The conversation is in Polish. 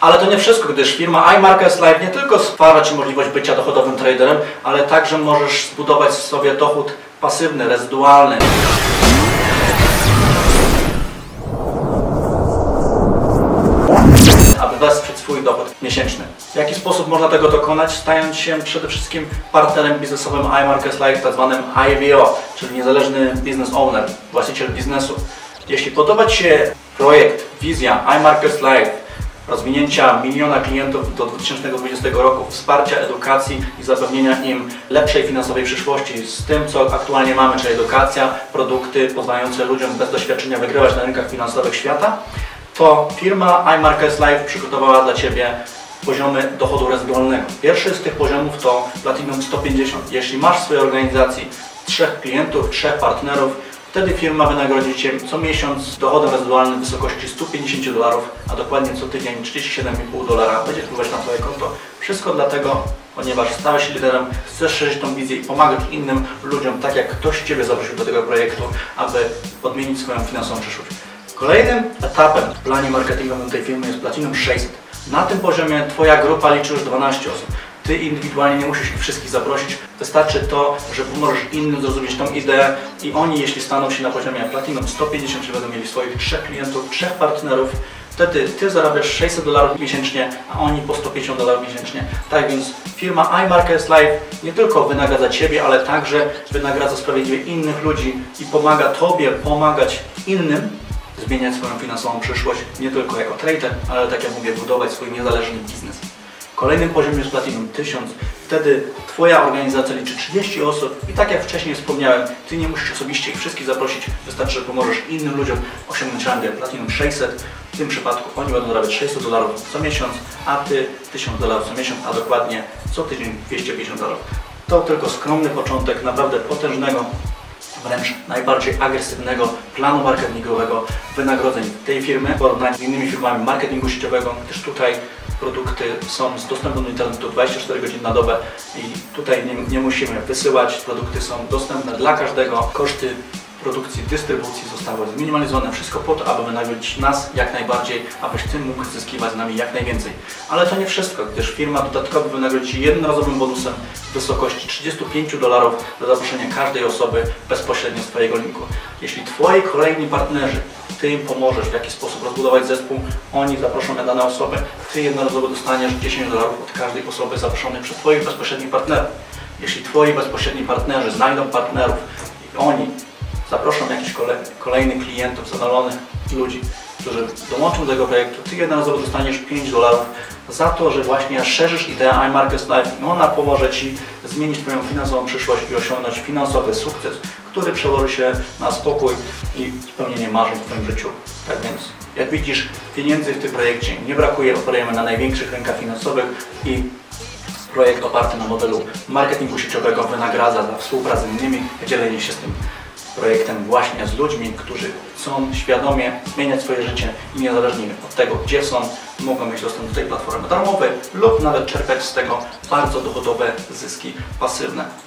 Ale to nie wszystko, gdyż firma iMarkets Live nie tylko stwarza Ci możliwość bycia dochodowym traderem, ale także możesz zbudować sobie dochód pasywny, rezydualny. Aby wesprzeć swój dochód miesięczny. W jaki sposób można tego dokonać? Stając się przede wszystkim partnerem biznesowym iMarkets Live, tak zwanym IVO, czyli niezależny business owner, właściciel biznesu. Jeśli podoba Ci się projekt, wizja iMarkets Live, rozwinięcia 1 000 000 klientów do 2020 roku, wsparcia edukacji i zapewnienia im lepszej finansowej przyszłości z tym, co aktualnie mamy, czyli edukacja, produkty pozwalające ludziom bez doświadczenia wygrywać na rynkach finansowych świata, to firma iMarkets Live przygotowała dla Ciebie poziomy dochodu rezydualnego. Pierwszy z tych poziomów to Platinum 150. Jeśli masz w swojej organizacji 3 klientów, 3 partnerów, wtedy firma wynagrodzi Cię co miesiąc dochodem rezydualnym w wysokości $150, a dokładnie co tydzień $37,5 będzie wpływać na Twoje konto. Wszystko dlatego, ponieważ stałeś się liderem, chcesz szerzyć tą wizję i pomagać innym ludziom, tak jak ktoś Ciebie zaprosił do tego projektu, aby odmienić swoją finansową przyszłość. Kolejnym etapem w planie marketingowym tej firmy jest Platinum 600. Na tym poziomie Twoja grupa liczy już 12 osób. Ty indywidualnie nie musisz ich wszystkich zaprosić. Wystarczy to, że pomożesz innym zrozumieć tą ideę i oni, jeśli staną się na poziomie Platinum 150, czyli będą mieli swoich 3 klientów, 3 partnerów, wtedy Ty zarabiasz $600 miesięcznie, a oni po $150 miesięcznie. Tak więc firma iMarkets Live nie tylko wynagradza Ciebie, ale także wynagradza sprawiedliwie innych ludzi i pomaga Tobie pomagać innym zmieniać swoją finansową przyszłość, nie tylko jako trader, ale tak jak mówię, budować swój niezależny biznes. Kolejnym poziomem jest Platinum 1000. Wtedy Twoja organizacja liczy 30 osób i tak jak wcześniej wspomniałem, Ty nie musisz osobiście ich wszystkich zaprosić, wystarczy, że pomożesz innym ludziom osiągnąć rangę Platinum 600. W tym przypadku oni będą zarabiać $600 co miesiąc, a Ty $1000 co miesiąc, a dokładnie co tydzień $250. To tylko skromny początek naprawdę potężnego, wręcz najbardziej agresywnego planu marketingowego wynagrodzeń tej firmy w porównaniu z innymi firmami marketingu sieciowego, gdyż tutaj produkty są dostępne do internetu 24 godziny na dobę i tutaj nie musimy wysyłać, produkty są dostępne dla każdego, koszty produkcji, dystrybucji zostały zminimalizowane, wszystko po to, aby wynagrodzić nas jak najbardziej, abyś Ty mógł zyskiwać z nami jak najwięcej. Ale to nie wszystko, gdyż firma dodatkowo wynagrodzi jednorazowym bonusem w wysokości $35 za zaproszenie każdej osoby bezpośrednio z Twojego linku. Jeśli Twoi kolejni partnerzy, Ty im pomożesz, w jaki sposób rozbudować zespół, oni zaproszą na dane osoby, Ty jednorazowo dostaniesz $10 od każdej osoby zaproszonej przez Twoich bezpośrednich partnerów. Jeśli Twoi bezpośredni partnerzy znajdą partnerów i oni zaproszą jakichś kolejnych klientów, zadowolonych ludzi, którzy dołączą do tego projektu, Ty jednorazowo dostaniesz $5 za to, że właśnie szerzysz ideę iMarkets Live i ona pomoże Ci zmienić Twoją finansową przyszłość i osiągnąć finansowy sukces, który przełoży się na spokój i spełnienie marzeń w Twoim życiu. Tak więc, jak widzisz, pieniędzy w tym projekcie nie brakuje, operujemy na największych rynkach finansowych i projekt oparty na modelu marketingu sieciowego wynagradza za współpracę z innymi, dzielenie się z tym projektem właśnie z ludźmi, którzy chcą świadomie zmieniać swoje życie i niezależnie od tego, gdzie są, mogą mieć dostęp do tej platformy darmowej lub nawet czerpać z tego bardzo dochodowe zyski pasywne.